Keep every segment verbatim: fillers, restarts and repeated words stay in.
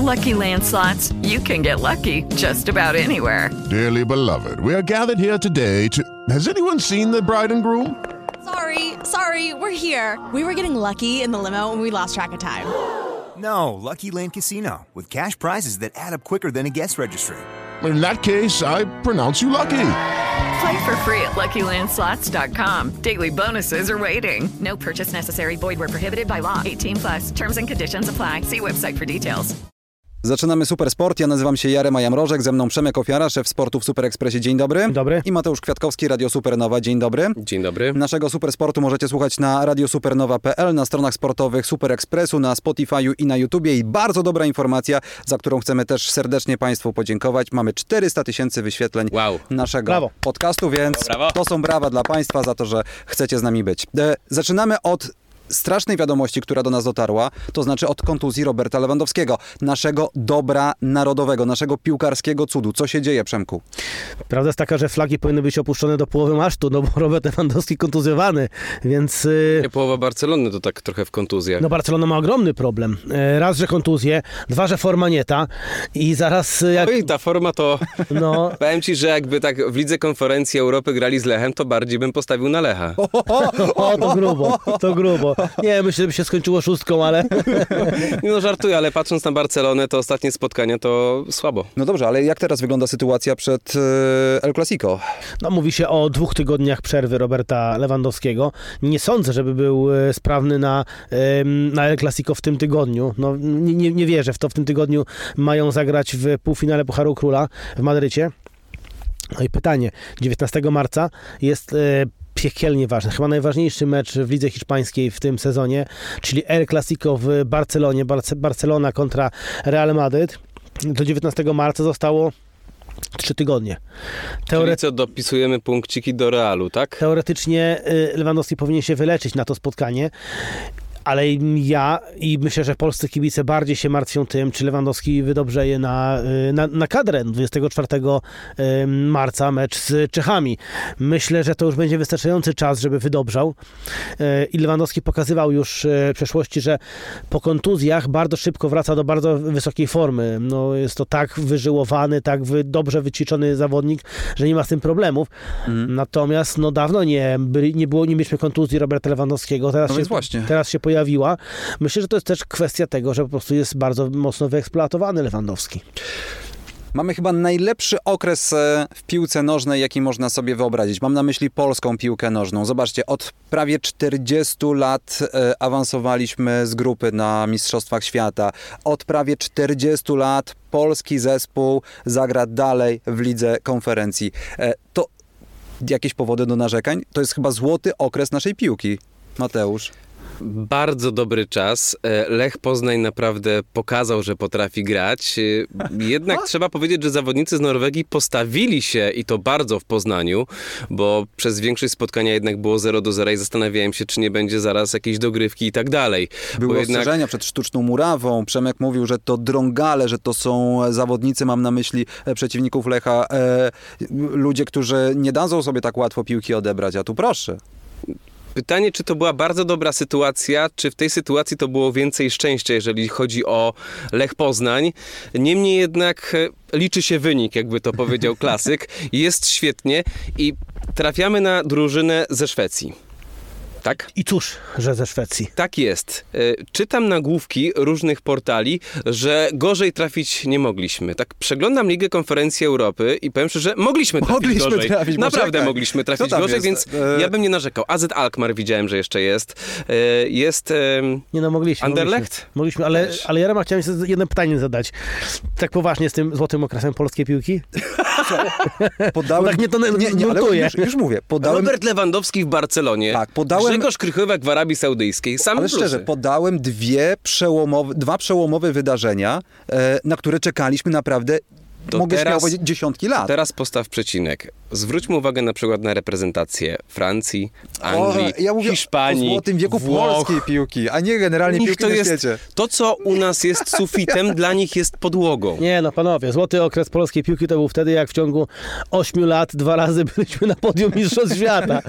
Lucky Land Slots, you can get lucky just about anywhere. Dearly beloved, we are gathered here today to... Has anyone seen the bride and groom? Sorry, sorry, we're here. We were getting lucky in the limo and we lost track of time. No, Lucky Land Casino, with cash prizes that add up quicker than a guest registry. In that case, I pronounce you lucky. Play for free at Lucky Land Slots dot com. Daily bonuses are waiting. No purchase necessary. Void where prohibited by law. eighteen plus. Terms and conditions apply. See website for details. Zaczynamy Super Sport. Ja nazywam się Jarema Jamrożek, ze mną Przemek Ofiara, szef sportu w Super Expressie. Dzień dobry. Dzień dobry. I Mateusz Kwiatkowski, Radio Supernowa. Dzień dobry. Dzień dobry. Naszego Super Sportu możecie słuchać na radio supernowa kropka p l, na stronach sportowych Super Expressu, na Spotify'u i na YouTubie. I bardzo dobra informacja, za którą chcemy też serdecznie Państwu podziękować. Mamy czterysta tysięcy wyświetleń wow. naszego brawo. podcastu, więc brawo. To są brawa dla Państwa za to, że chcecie z nami być. E, zaczynamy od strasznej wiadomości, która do nas dotarła, to znaczy od kontuzji Roberta Lewandowskiego, naszego dobra narodowego, naszego piłkarskiego cudu. Co się dzieje, Przemku? Prawda jest taka, że flagi powinny być opuszczone do połowy masztu, no bo Robert Lewandowski kontuzjowany, więc... Nie, połowa Barcelony to tak trochę w kontuzjach. No Barcelona ma ogromny problem. Raz, że kontuzje, dwa, że forma nie ta i zaraz... Jak... Oj, ta forma to... No. Powiem ci, że jakby tak w Lidze Konferencji Europy grali z Lechem, to bardziej bym postawił na Lecha. O, o, o, to grubo, to grubo. Nie, myślę, że by się skończyło szóstką, ale... Nie no, żartuję, ale patrząc na Barcelonę, to ostatnie spotkania to słabo. No dobrze, ale jak teraz wygląda sytuacja przed e, El Clasico? No mówi się o dwóch tygodniach przerwy Roberta Lewandowskiego. Nie sądzę, żeby był e, sprawny na, e, na El Clasico w tym tygodniu. No nie, nie, nie wierzę w to. W tym tygodniu mają zagrać w półfinale Pucharu Króla w Madrycie. No i pytanie, dziewiętnastego marca jest... E, piekielnie ważny, chyba najważniejszy mecz w lidze hiszpańskiej w tym sezonie, czyli El Clasico w Barcelonie, Barce- Barcelona kontra Real Madryt. Do dziewiętnastego marca zostało trzy tygodnie. Teore- Czyli co, dopisujemy punkciki do Realu, tak? Teoretycznie Lewandowski powinien się wyleczyć na to spotkanie. Ale ja i myślę, że polscy kibice bardziej się martwią tym, czy Lewandowski wydobrzeje na, na, na kadrę dwudziestego czwartego marca mecz z Czechami. Myślę, że to już będzie wystarczający czas, żeby wydobrzał. I Lewandowski pokazywał już w przeszłości, że po kontuzjach bardzo szybko wraca do bardzo wysokiej formy. No, jest to tak wyżyłowany, tak wy, dobrze wyćwiczony zawodnik, że nie ma z tym problemów. Mm. Natomiast no dawno nie, by, nie było, nie mieliśmy kontuzji Roberta Lewandowskiego. Teraz, no się, właśnie. teraz się pojawiła. Myślę, że to jest też kwestia tego, że po prostu jest bardzo mocno wyeksploatowany Lewandowski. Mamy chyba najlepszy okres w piłce nożnej, jaki można sobie wyobrazić. Mam na myśli polską piłkę nożną. Zobaczcie, od prawie czterdziestu lat awansowaliśmy z grupy na Mistrzostwach Świata. Od prawie czterdziestu lat polski zespół zagra dalej w Lidze Konferencji. To jakieś powody do narzekań? To jest chyba złoty okres naszej piłki. Mateusz. Bardzo dobry czas. Lech Poznań naprawdę pokazał, że potrafi grać. Jednak trzeba powiedzieć, że zawodnicy z Norwegii postawili się i to bardzo w Poznaniu, bo przez większość spotkania jednak było zero do zera i zastanawiałem się, czy nie będzie zaraz jakiejś dogrywki i tak dalej. Były bo jednak... ostrzeżenia przed sztuczną murawą. Przemek mówił, że to drągale, że to są zawodnicy, mam na myśli przeciwników Lecha, e, ludzie, którzy nie dadzą sobie tak łatwo piłki odebrać, a tu proszę. Pytanie, czy to była bardzo dobra sytuacja, czy w tej sytuacji to było więcej szczęścia, jeżeli chodzi o Lech Poznań. Niemniej jednak liczy się wynik, jakby to powiedział klasyk. Jest świetnie i trafiamy na drużynę ze Szwecji. Tak? I cóż, że ze Szwecji. Tak jest. Czytam nagłówki różnych portali, że gorzej trafić nie mogliśmy. Tak przeglądam Ligę Konferencji Europy i powiem szczerze, że mogliśmy trafić mogliśmy gorzej. Trafić, Naprawdę czekaj. mogliśmy trafić gorzej, jest? więc e... ja bym nie narzekał. A Z Alkmaar widziałem, że jeszcze jest. Jest Nie no, mogliśmy. Anderlecht? Mogliśmy, ale, ale Jarema, chciałem sobie jedno pytanie zadać. Tak poważnie z tym złotym okresem polskiej piłki? Podałem... tak nie to n- nie, nie, ale już, już mówię. Podałem... Robert Lewandowski w Barcelonie. Tak, podałem... Grzegorz Krychowiak w Arabii Saudyjskiej. Same Ale plusy. szczerze, podałem dwie przełomowe, dwa przełomowe wydarzenia, e, na które czekaliśmy naprawdę To mogę teraz- śmiało powiedzieć dziesiątki lat. Teraz postaw przecinek. Zwróćmy uwagę na przykład na reprezentację Francji, Anglii, o, ja mówię Hiszpanii, o złotym wieku Włoch. polskiej piłki, a nie generalnie Nich piłki to na jest, świecie. to, co u nas jest sufitem, dla nich jest podłogą. Nie no panowie, złoty okres polskiej piłki to był wtedy, jak w ciągu ośmiu lat dwa razy byliśmy na podium Mistrzostw Świata.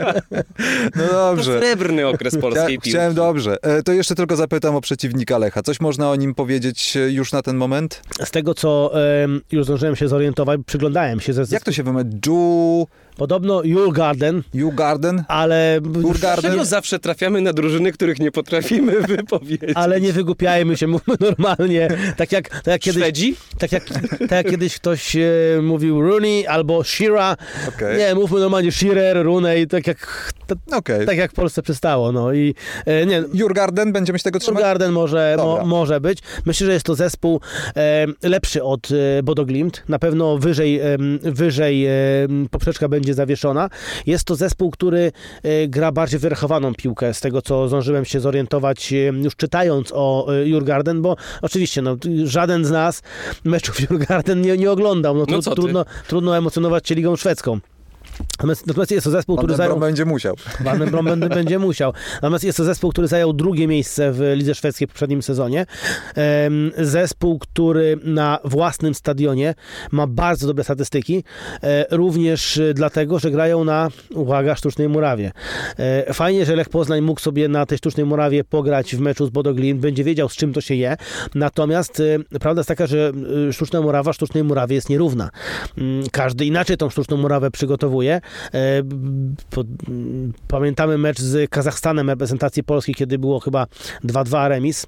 No To dobrze. srebrny okres polskiej Ja, piłki. chciałem dobrze. E, To jeszcze tylko zapytam o przeciwnika Lecha. Coś można o nim powiedzieć e, już na ten moment? Z tego, co em, już zdążyłem się zorientować, przyglądałem się ze... Jak to się wymawia? Ju... Podobno Djurgården, Jugarden? ale... Djurgården? Dlaczego zawsze trafiamy na drużyny, których nie potrafimy wypowiedzieć? Ale nie wygłupiajmy się, mówmy normalnie. Tak jak, tak jak kiedyś... Szwedzi? Tak jak, tak jak kiedyś ktoś e, mówił Rooney albo Shearer. Okej. Nie, mówmy normalnie Shearer, Rooney, tak jak, ta, Okej. tak jak w Polsce przystało. No i e, nie, Jurgarden, będziemy się tego trzymać? Djurgården może, Dobra. mo, może być. Myślę, że jest to zespół e, lepszy od e, Bodo Glimt. Na pewno wyżej, e, wyżej e, poprzeczka będzie zawieszona. Jest to zespół, który e, gra bardziej wyrachowaną piłkę, z tego co zdążyłem się zorientować e, już czytając o e, Djurgården, bo oczywiście no, żaden z nas meczów Djurgården nie, nie oglądał. No, No tru, co ty? trudno, trudno emocjonować się ligą szwedzką. Natomiast, natomiast jest to zespół, Pan który Dębro zajął... będzie musiał. Van den Brom będzie, będzie musiał. Natomiast jest to zespół, który zajął drugie miejsce w lidze szwedzkiej w poprzednim sezonie. Em, Zespół, który na własnym stadionie ma bardzo dobre statystyki. E, również e, dlatego, że grają na, uwaga, sztucznej murawie. E, Fajnie, że Lech Poznań mógł sobie na tej sztucznej murawie pograć w meczu z Bodo Glimt. Będzie wiedział, z czym to się je. Natomiast e, prawda jest taka, że e, sztuczna murawa sztucznej murawie jest nierówna. Mm, Każdy inaczej tą sztuczną murawę przygotowuje. E, po, m, Pamiętamy mecz z Kazachstanem reprezentacji Polski, kiedy było chyba dwa dwa remis.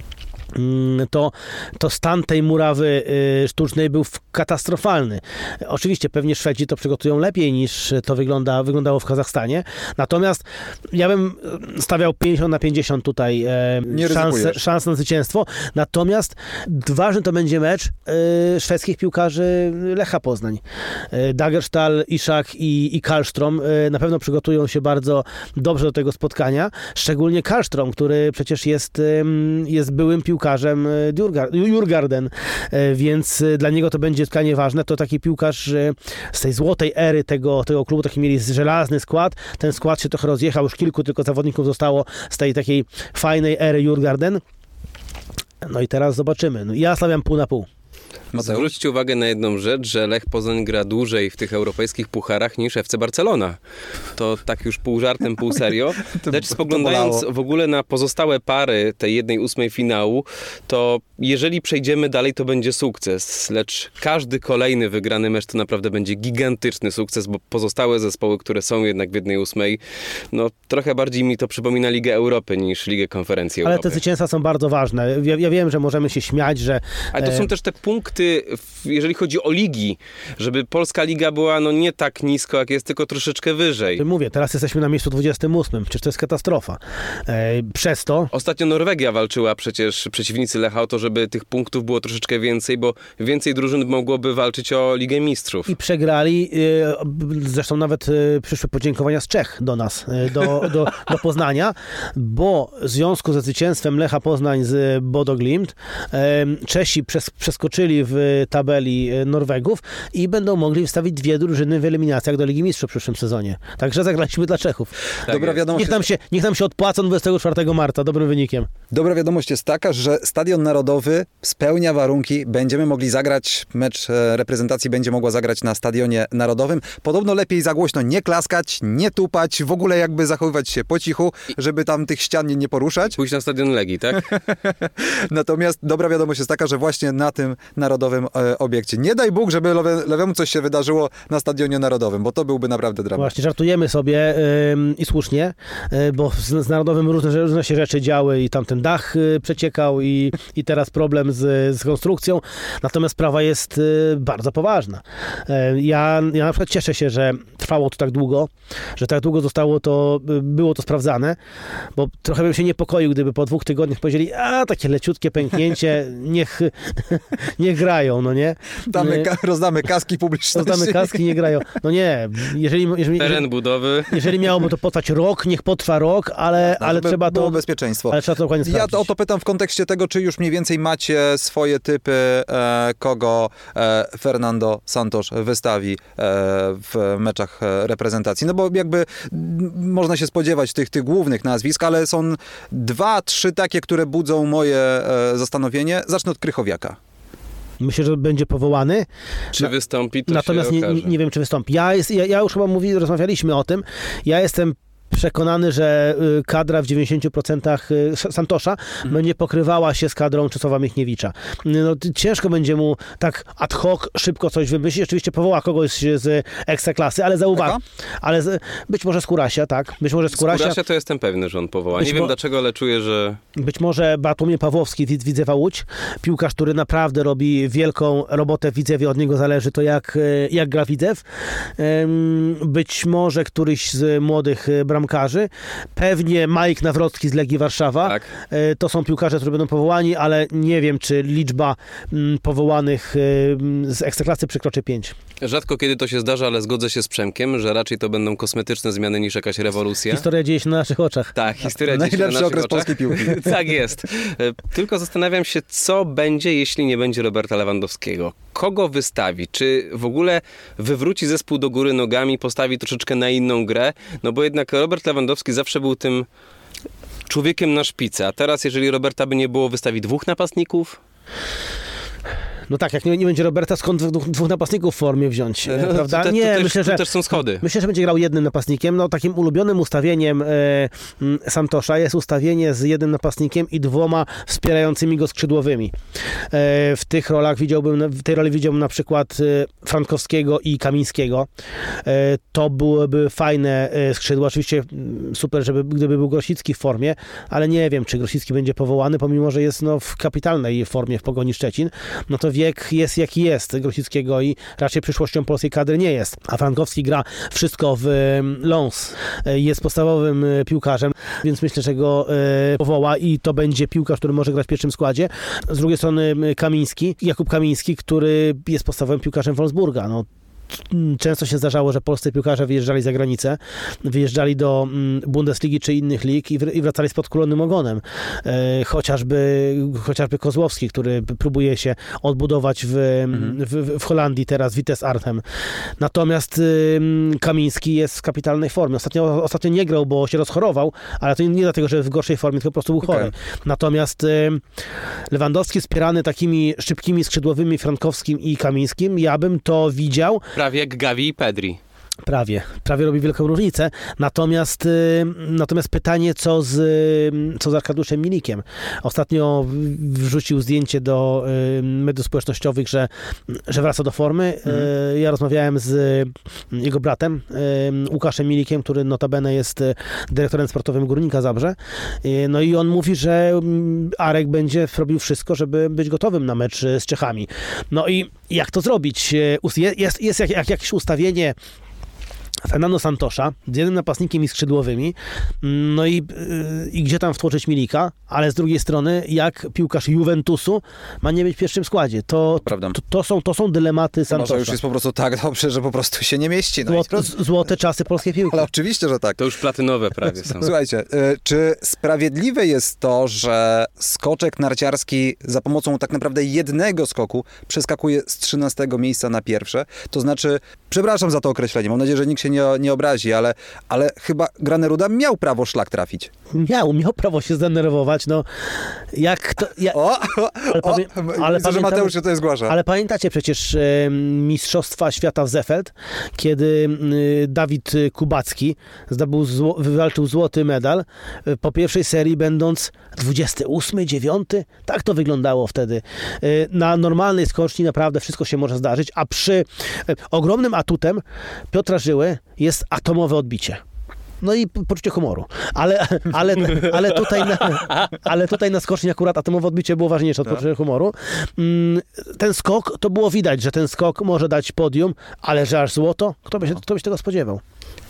Mm, To, to stan tej murawy y, sztucznej był w- katastrofalny. Oczywiście pewnie Szwedzi to przygotują lepiej niż to wygląda, wyglądało w Kazachstanie. Natomiast ja bym stawiał pięćdziesiąt na pięćdziesiąt tutaj e, Nie szans, ryzykujesz. szans na zwycięstwo. Natomiast ważny to będzie mecz y, szwedzkich piłkarzy Lecha Poznań. Y, Dagerstal, Iszak i, i Karlström y, na pewno przygotują się bardzo dobrze do tego spotkania. Szczególnie Karlström, który przecież jest, y, jest byłym piłkarzem y, Djurgården, Djurgården, y, więc y, dla niego to będzie spotkanie ważne. To taki piłkarz y, z tej złotej ery tego, tego klubu, taki mieli żelazny skład. Ten skład się trochę rozjechał, już kilku tylko zawodników zostało z tej takiej fajnej ery Djurgården. No i teraz zobaczymy. No, ja stawiam pół na pół. Mateusz? Zwróćcie uwagę na jedną rzecz, że Lech Poznań gra dłużej w tych europejskich pucharach niż F C Barcelona. To tak już pół żartem, pół serio. To- Lecz to spoglądając bolało. w ogóle na pozostałe pary tej jednej ósmej finału, to jeżeli przejdziemy dalej, to będzie sukces. Lecz każdy kolejny wygrany mecz to naprawdę będzie gigantyczny sukces, bo pozostałe zespoły, które są jednak w jednej ósmej, no trochę bardziej mi to przypomina Ligę Europy niż Ligę Konferencji Ale Europy. te zwycięstwa są bardzo ważne. Ja, ja wiem, że możemy się śmiać, że... Ale to e, są też te punkty, w- jeżeli chodzi o ligi, żeby polska liga była no nie tak nisko, jak jest, tylko troszeczkę wyżej. Mówię, teraz jesteśmy na miejscu dwudziestym ósmym. Przecież to jest katastrofa. E, przez to... Ostatnio Norwegia walczyła przecież, przeciwnicy Lecha, o to, żeby tych punktów było troszeczkę więcej, bo więcej drużyn mogłoby walczyć o Ligę Mistrzów. I przegrali, e, zresztą nawet e, przyszły podziękowania z Czech do nas, e, do, do, do Poznania, bo w związku ze zwycięstwem Lecha Poznań z Bodo Glimt e, Czesi przes, przeskoczyli w tabeli e, Norwegów i będą mogli wstawić dwie drużyny w eliminacjach do Ligi Mistrzów w przyszłym sezonie. Także zagraliśmy dla Czechów. Tak Dobra jest. wiadomość Niech nam, się, niech nam się odpłacą dwudziestego czwartego marca dobrym wynikiem. Dobra wiadomość jest taka, że Stadion Narodowy spełnia warunki. Będziemy mogli zagrać, mecz e, reprezentacji będzie mogła zagrać na Stadionie Narodowym. Podobno lepiej za głośno nie klaskać, nie tupać, w ogóle jakby zachowywać się po cichu, żeby tam tych ścian nie, nie poruszać. Pójść na stadion Legii, tak? Natomiast dobra wiadomość jest taka, że właśnie na tym narodowym e, obiekcie. Nie daj Bóg, żeby lewe, lewemu coś się wydarzyło na Stadionie Narodowym, bo to byłby naprawdę dramat. Właśnie, żartujemy sobie ym, i słusznie, y, bo z, z Narodowym różne, różne się rzeczy działy i tam ten dach y, przeciekał i, i teraz problem z, z konstrukcją. Natomiast sprawa jest y, bardzo poważna. Y, ja, ja na przykład cieszę się, że trwało to tak długo, że tak długo zostało to, y, było to sprawdzane, bo trochę bym się niepokoił, gdyby po dwóch tygodniach powiedzieli, a takie leciutkie pęknięcie, niech, niech grają, no nie? Damy, ka- rozdamy kaski publiczności. Rozdamy kaski, nie grają. No nie, jeżeli... jeżeli Teren jeżeli, budowy. Jeżeli miałoby to potrwać rok, niech potrwa rok, ale, ale trzeba to... Było bezpieczeństwo. Ale trzeba to dokładnie sprawdzić. Ja to, o to pytam w kontekście tego, czy już mniej więcej macie swoje typy, e, kogo e, Fernando Santos wystawi e, w meczach reprezentacji. No bo jakby m, można się spodziewać tych, tych głównych nazwisk, ale są dwa, trzy takie, które budzą moje e, zastanowienie. Zacznę od Krychowiaka. Myślę, że będzie powołany. Czy Na, wystąpi, to Natomiast się nie, okaże. nie wiem, czy wystąpi. Ja, jest, ja, ja już chyba mówi, rozmawialiśmy o tym. Ja jestem przekonany, że kadra w dziewięćdziesięciu procentach Santosza hmm. będzie pokrywała się z kadrą Czesława Michniewicza. No, ciężko będzie mu tak ad hoc szybko coś wymyślić. Oczywiście powoła kogoś z Ekstraklasy, ale zauważ, ale z, być może Skórasia, tak? Być może Skórasia. Skórasia to jestem pewny, że on powoła. Być Nie wiem mo- dlaczego, ale czuję, że... Być może Bartłomiej Pawłowski, Widzewa Łódź, piłkarz, który naprawdę robi wielką robotę w Widzewie, od niego zależy to, jak, jak gra Widzew. Być może któryś z młodych bramkarzy. Pewnie Majk Nawrocki z Legii Warszawa. Tak. To są piłkarze, którzy będą powołani, ale nie wiem, czy liczba powołanych z Ekstraklasy przekroczy pięć. Rzadko kiedy to się zdarza, ale zgodzę się z Przemkiem, że raczej to będą kosmetyczne zmiany niż jakaś rewolucja. Historia dzieje się na naszych oczach. Tak, historia dzieje się na Najlepszy naszych okres oczach. polskiej piłki. Tak jest. Tylko zastanawiam się, co będzie, jeśli nie będzie Roberta Lewandowskiego. Kogo wystawi? Czy w ogóle wywróci zespół do góry nogami, postawi troszeczkę na inną grę? No bo jednak Robert Lewandowski zawsze był tym człowiekiem na szpicy, a teraz jeżeli Roberta by nie było, wystawi dwóch napastników? No tak, jak nie, nie będzie Roberta, skąd dwóch, dwóch napastników w formie wziąć, No, prawda? To, to, nie, to też, myślę, to że też są schody. Myślę, że będzie grał jednym napastnikiem. No takim ulubionym ustawieniem e, Santosza jest ustawienie z jednym napastnikiem i dwoma wspierającymi go skrzydłowymi. E, w tych rolach widziałbym, w tej roli widziałbym na przykład e, Frankowskiego i Kamińskiego. E, to byłyby fajne e, skrzydła. Oczywiście super, żeby, gdyby był Grosicki w formie, ale nie wiem, czy Grosicki będzie powołany, pomimo, że jest no, w kapitalnej formie w Pogoni Szczecin. No to wiek jest jaki jest Grosickiego i raczej przyszłością polskiej kadry nie jest. A Frankowski gra wszystko w Lens. Jest podstawowym piłkarzem, więc myślę, że go powoła i to będzie piłkarz, który może grać w pierwszym składzie. Z drugiej strony Kamiński, Jakub Kamiński, który jest podstawowym piłkarzem Wolfsburga. No, często się zdarzało, że polscy piłkarze wyjeżdżali za granicę, wyjeżdżali do Bundesligi czy innych lig i wracali z podkulonym ogonem. E, chociażby, chociażby Kozłowski, który próbuje się odbudować w, mhm. w, w Holandii teraz, Vitesse Arnhem. Natomiast y, Kamiński jest w kapitalnej formie. Ostatnio, ostatnio nie grał, bo się rozchorował, ale to nie dlatego, że jest w gorszej formie, tylko po prostu był chory. Okay. Natomiast y, Lewandowski wspierany takimi szybkimi skrzydłowymi Frankowskim i Kamińskim, ja bym to widział. Prawie jak Gavi i Pedri. Prawie. Prawie robi wielką różnicę. Natomiast, y, natomiast pytanie, co z, y, co z Arkadiuszem Milikiem. Ostatnio wrzucił zdjęcie do y, mediów społecznościowych, że, że wraca do formy. Mhm. Y, ja rozmawiałem z y, jego bratem, y, Łukaszem Milikiem, który notabene jest y, dyrektorem sportowym Górnika Zabrze. Y, no i on mówi, że y, Arek będzie robił wszystko, żeby być gotowym na mecz z Czechami. No i jak to zrobić? Y, jest, jest jak, jak, jakieś ustawienie Fernando Santosza z jednym napastnikiem i skrzydłowymi, no i, yy, i gdzie tam wtłoczyć Milika, ale z drugiej strony, jak piłkarz Juventusu ma nie być w pierwszym składzie. To, to, to, to, są, to są dylematy Santosza. Może już jest po prostu tak dobrze, że po prostu się nie mieści. No Złot, złote czasy polskiej piłki. Ale oczywiście, że tak. To już platynowe prawie są. Słuchajcie, yy, czy sprawiedliwe jest to, że skoczek narciarski za pomocą tak naprawdę jednego skoku przeskakuje z trzynastego miejsca na pierwsze? To znaczy, przepraszam za to określenie, mam nadzieję, że nikt się nie, nie obrazi, ale, ale chyba Graneruda miał prawo szlak trafić. Miał, miał prawo się zdenerwować, no jak to... Ja, o, o, ale pamię, o, ale widzę, że Mateusz się to zgłasza. Ale pamiętacie przecież e, Mistrzostwa Świata w Zefeld, kiedy e, Dawid Kubacki zdobył zło, wywalczył złoty medal, e, po pierwszej serii będąc dwudziesty ósmy, dziewiąty, tak to wyglądało wtedy. E, na normalnej skoczni naprawdę wszystko się może zdarzyć, a przy e, ogromnym atutem Piotra Żyły jest atomowe odbicie. No i poczucie humoru. Ale, ale, ale, tutaj, na, ale tutaj na skoczni akurat atomowe odbicie było ważniejsze od poczucia humoru. Ten skok, to było widać, że ten skok może dać podium, ale że aż złoto, kto by się, kto by się tego spodziewał?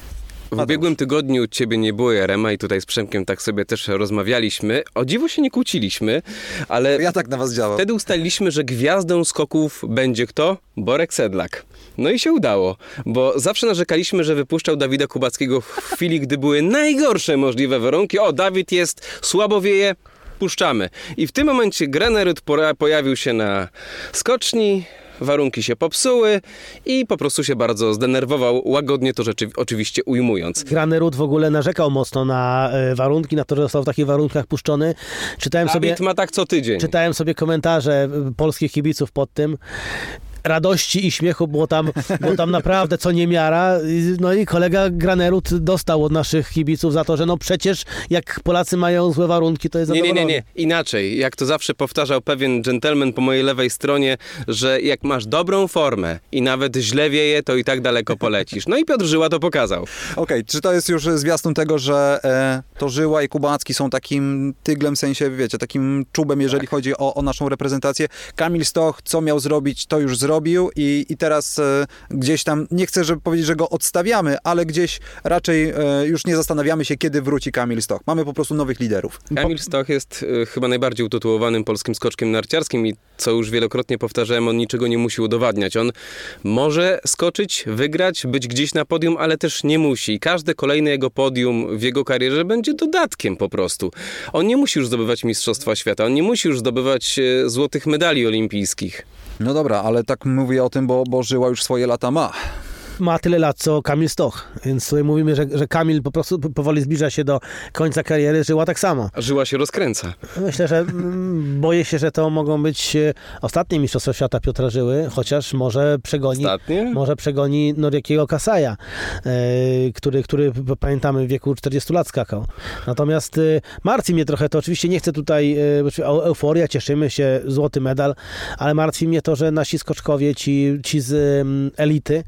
W ubiegłym tygodniu ciebie nie było, Jarema, i tutaj z Przemkiem tak sobie też rozmawialiśmy. O dziwo się nie kłóciliśmy, ale Ja tak na was działam. wtedy ustaliliśmy, że gwiazdą skoków będzie kto? Borek Sedlak. No i się udało, bo zawsze narzekaliśmy, że wypuszczał Dawida Kubackiego w chwili, gdy były najgorsze możliwe warunki. O, Dawid jest, słabo wieje, puszczamy. I w tym momencie Granerud pora- pojawił się na skoczni, warunki się popsuły i po prostu się bardzo zdenerwował, łagodnie to rzeczy oczywiście ujmując. Granerud w ogóle narzekał mocno na e, warunki, na to, że został w takich warunkach puszczony. Czytałem Dawid sobie, ma tak co tydzień. czytałem sobie komentarze e, polskich kibiców pod tym. Radości i śmiechu było tam, było tam naprawdę co niemiara. No i kolega Granerud dostał od naszych kibiców za to, że no przecież jak Polacy mają złe warunki, to jest Nie, nie, zadowolony. nie, nie. Inaczej. Jak to zawsze powtarzał pewien dżentelmen po mojej lewej stronie, że jak masz dobrą formę i nawet źle wieje, to i tak daleko polecisz. No i Piotr Żyła to pokazał. Okej, czy to jest już zwiastun tego, że e, to Żyła i Kubacki są takim tyglem, w sensie, wiecie, takim czubem, jeżeli chodzi o, o naszą reprezentację. Kamil Stoch, co miał zrobić, to już zrobił i, i teraz e, gdzieś tam, nie chcę żeby powiedzieć, że go odstawiamy, ale gdzieś raczej e, już nie zastanawiamy się, kiedy wróci Kamil Stoch. Mamy po prostu nowych liderów. Kamil Stoch jest y, chyba najbardziej utytułowanym polskim skoczkiem narciarskim i co już wielokrotnie powtarzałem, on niczego nie musi udowadniać. On może skoczyć, wygrać, być gdzieś na podium, ale też nie musi. Każde kolejne jego podium w jego karierze będzie dodatkiem po prostu. On nie musi już zdobywać Mistrzostwa Świata, on nie musi już zdobywać y, złotych medali olimpijskich. No dobra, ale tak mówię o tym, bo, bo Żyła już swoje lata ma. Ma tyle lat, co Kamil Stoch. Więc tutaj mówimy, że, że Kamil po prostu powoli zbliża się do końca kariery, Żyła tak samo. A Żyła się rozkręca. Myślę, że mm, boję się, że to mogą być e, ostatnie Mistrzostwa Świata Piotra Żyły, chociaż może przegoni, Ostatnie? może przegoni Noriakiego Kasaja, e, który, który p- pamiętamy w wieku czterdziestu lat skakał. Natomiast e, martwi mnie trochę to, oczywiście nie chcę tutaj, e, euforia, cieszymy się, złoty medal, ale martwi mnie to, że nasi skoczkowie, ci, ci z e, elity,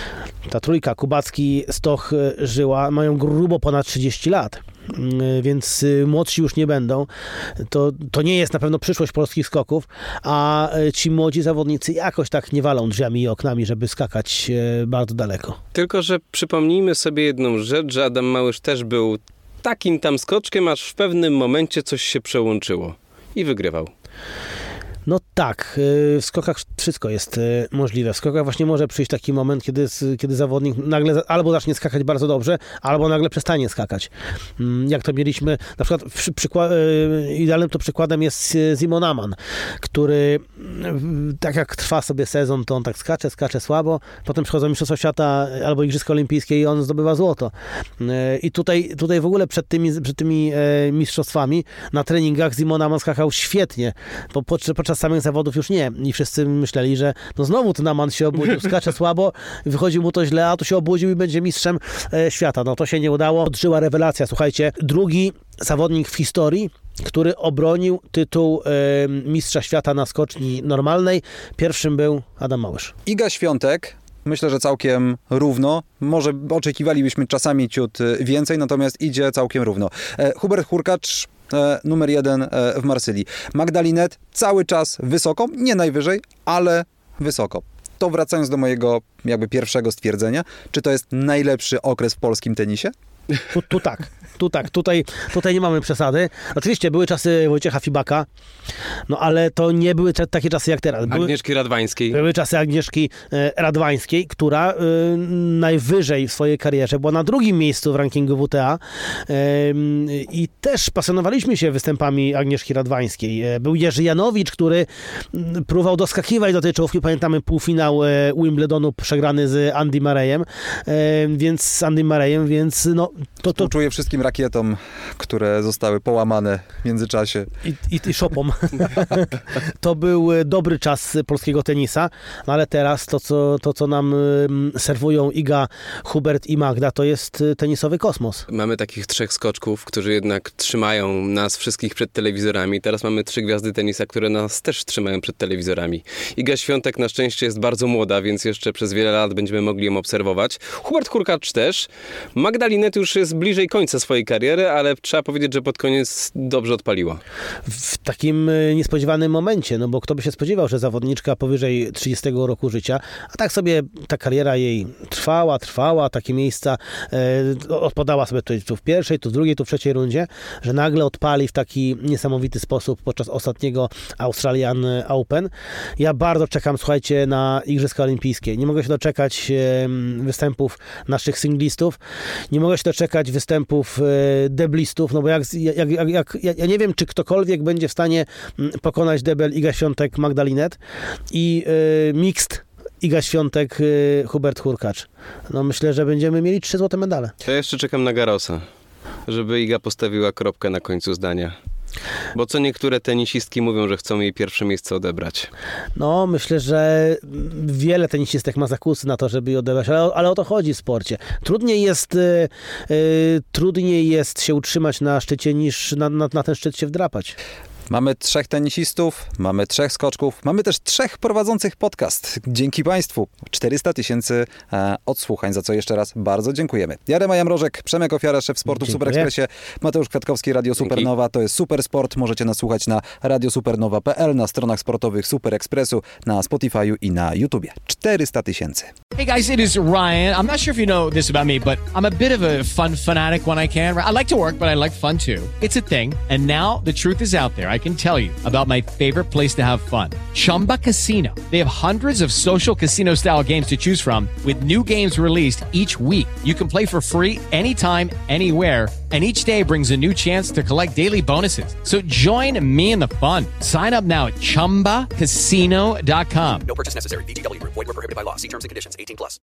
ta trójka, Kubacki, Stoch, Żyła, mają grubo ponad trzydzieści lat. Więc młodsi już nie będą. To, to nie jest na pewno przyszłość polskich skoków, a ci młodzi zawodnicy jakoś tak nie walą drzwiami i oknami, żeby skakać bardzo daleko. Tylko że przypomnijmy sobie jedną rzecz, że Adam Małysz też był takim tam skoczkiem, aż w pewnym momencie coś się przełączyło i wygrywał. No tak, w skokach wszystko jest możliwe. W skokach właśnie może przyjść taki moment, kiedy, kiedy zawodnik nagle albo zacznie skakać bardzo dobrze, albo nagle przestanie skakać. Jak to mieliśmy, na przykład przykład, idealnym to przykładem jest Simon Ammann, który tak jak trwa sobie sezon, to on tak skacze, skacze słabo, potem przychodzą Mistrzostwa Świata albo Igrzyska Olimpijskie i on zdobywa złoto. I tutaj, tutaj w ogóle przed tymi, przed tymi mistrzostwami na treningach Simon Ammann skakał świetnie, po, po, podczas samych zawodów już nie. I wszyscy myśleli, że no znowu ten Ammann się obudził, skacze słabo, wychodzi mu to źle, a tu się obudził i będzie mistrzem e, świata. No to się nie udało. Odżyła rewelacja, słuchajcie. Drugi zawodnik w historii, który obronił tytuł e, mistrza świata na skoczni normalnej. Pierwszym był Adam Małysz. Iga Świątek, myślę, że całkiem równo. Może oczekiwalibyśmy czasami ciut więcej, natomiast idzie całkiem równo. E, Hubert Hurkacz, e, numer jeden e, w Marsylii. Magdalinet cały czas wysoko, nie najwyżej, ale wysoko. To wracając do mojego jakby pierwszego stwierdzenia, czy to jest najlepszy okres w polskim tenisie? Tu, tu tak, tu tak, tutaj, tutaj nie mamy przesady. Oczywiście były czasy Wojciecha Fibaka, no ale to nie były te, takie czasy jak teraz. Były, Agnieszki Radwańskiej. były czasy Agnieszki e, Radwańskiej, która e, najwyżej w swojej karierze była na drugim miejscu w rankingu W T A e, i też pasjonowaliśmy się występami Agnieszki Radwańskiej. E, był Jerzy Janowicz, który m, próbował doskakiwać do tej czołówki. Pamiętamy półfinał e, Wimbledonu przegrany z Andy Murrayem, e, więc z Andy Murrayem, więc no to, to... Czuję wszystkim rakietom, które zostały połamane w międzyczasie. I, i, i szopom. To był dobry czas polskiego tenisa, no ale teraz to co, to, co nam serwują Iga, Hubert i Magda, to jest tenisowy kosmos. Mamy takich trzech skoczków, którzy jednak trzymają nas wszystkich przed telewizorami. Teraz mamy trzy gwiazdy tenisa, które nas też trzymają przed telewizorami. Iga Świątek na szczęście jest bardzo młoda, więc jeszcze przez wiele lat będziemy mogli ją obserwować. Hubert Hurkacz też. Magdalinet już już jest bliżej końca swojej kariery, ale trzeba powiedzieć, że pod koniec dobrze odpaliła. W takim niespodziewanym momencie, no bo kto by się spodziewał, że zawodniczka powyżej trzydziestego roku życia, a tak sobie ta kariera jej trwała, trwała, takie miejsca e, odpadała sobie tu, tu w pierwszej, tu w drugiej, tu w trzeciej rundzie, że nagle odpali w taki niesamowity sposób podczas ostatniego Australian Open. Ja bardzo czekam, słuchajcie, na Igrzyska Olimpijskie. Nie mogę się doczekać e, występów naszych singlistów, nie mogę się doczekać występów e, deblistów, no bo jak, jak, jak, jak ja nie wiem, czy ktokolwiek będzie w stanie pokonać debel Iga Świątek, Magdalinet i e, mixed Iga Świątek, e, Hubert Hurkacz. No myślę, że będziemy mieli trzy złote medale. To ja jeszcze czekam na Garrosa, żeby Iga postawiła kropkę na końcu zdania. Bo co niektóre tenisistki mówią, że chcą jej pierwsze miejsce odebrać. No, myślę, że wiele tenisistek ma zakusy na to, żeby je odebrać, ale, ale o to chodzi w sporcie. Trudniej jest, y, y, trudniej jest się utrzymać na szczycie, niż na, na, na ten szczyt się wdrapać. Mamy trzech tenisistów, mamy trzech skoczków, mamy też trzech prowadzących podcast. Dzięki Państwu. czterysta tysięcy e, odsłuchań, za co jeszcze raz bardzo dziękujemy. Jarema Jamrożek, Przemek Ofiara, szef sportu w Dziękuję. Super Expressie, Mateusz Kwiatkowski, Radio Dzięki. Supernowa. To jest Super Sport. Możecie nas słuchać na radio supernowa kropka p l, na stronach sportowych Super Expressu, na Spotify'u i na YouTubie. czterysta tysięcy. Hey guys, it is Ryan. I'm not sure if you know this about me, but I'm a bit of a fun fanatic when I can. I like to work, but I like fun too. It's a thing. And now the truth is out there. I can tell you about my favorite place to have fun. Chumba Casino. They have hundreds of social casino style games to choose from with new games released each week. You can play for free anytime, anywhere. And each day brings a new chance to collect daily bonuses. So join me in the fun. Sign up now at chumba casino dot com. No purchase necessary. V G W Group. Void where prohibited by law. See terms and conditions. eighteen plus.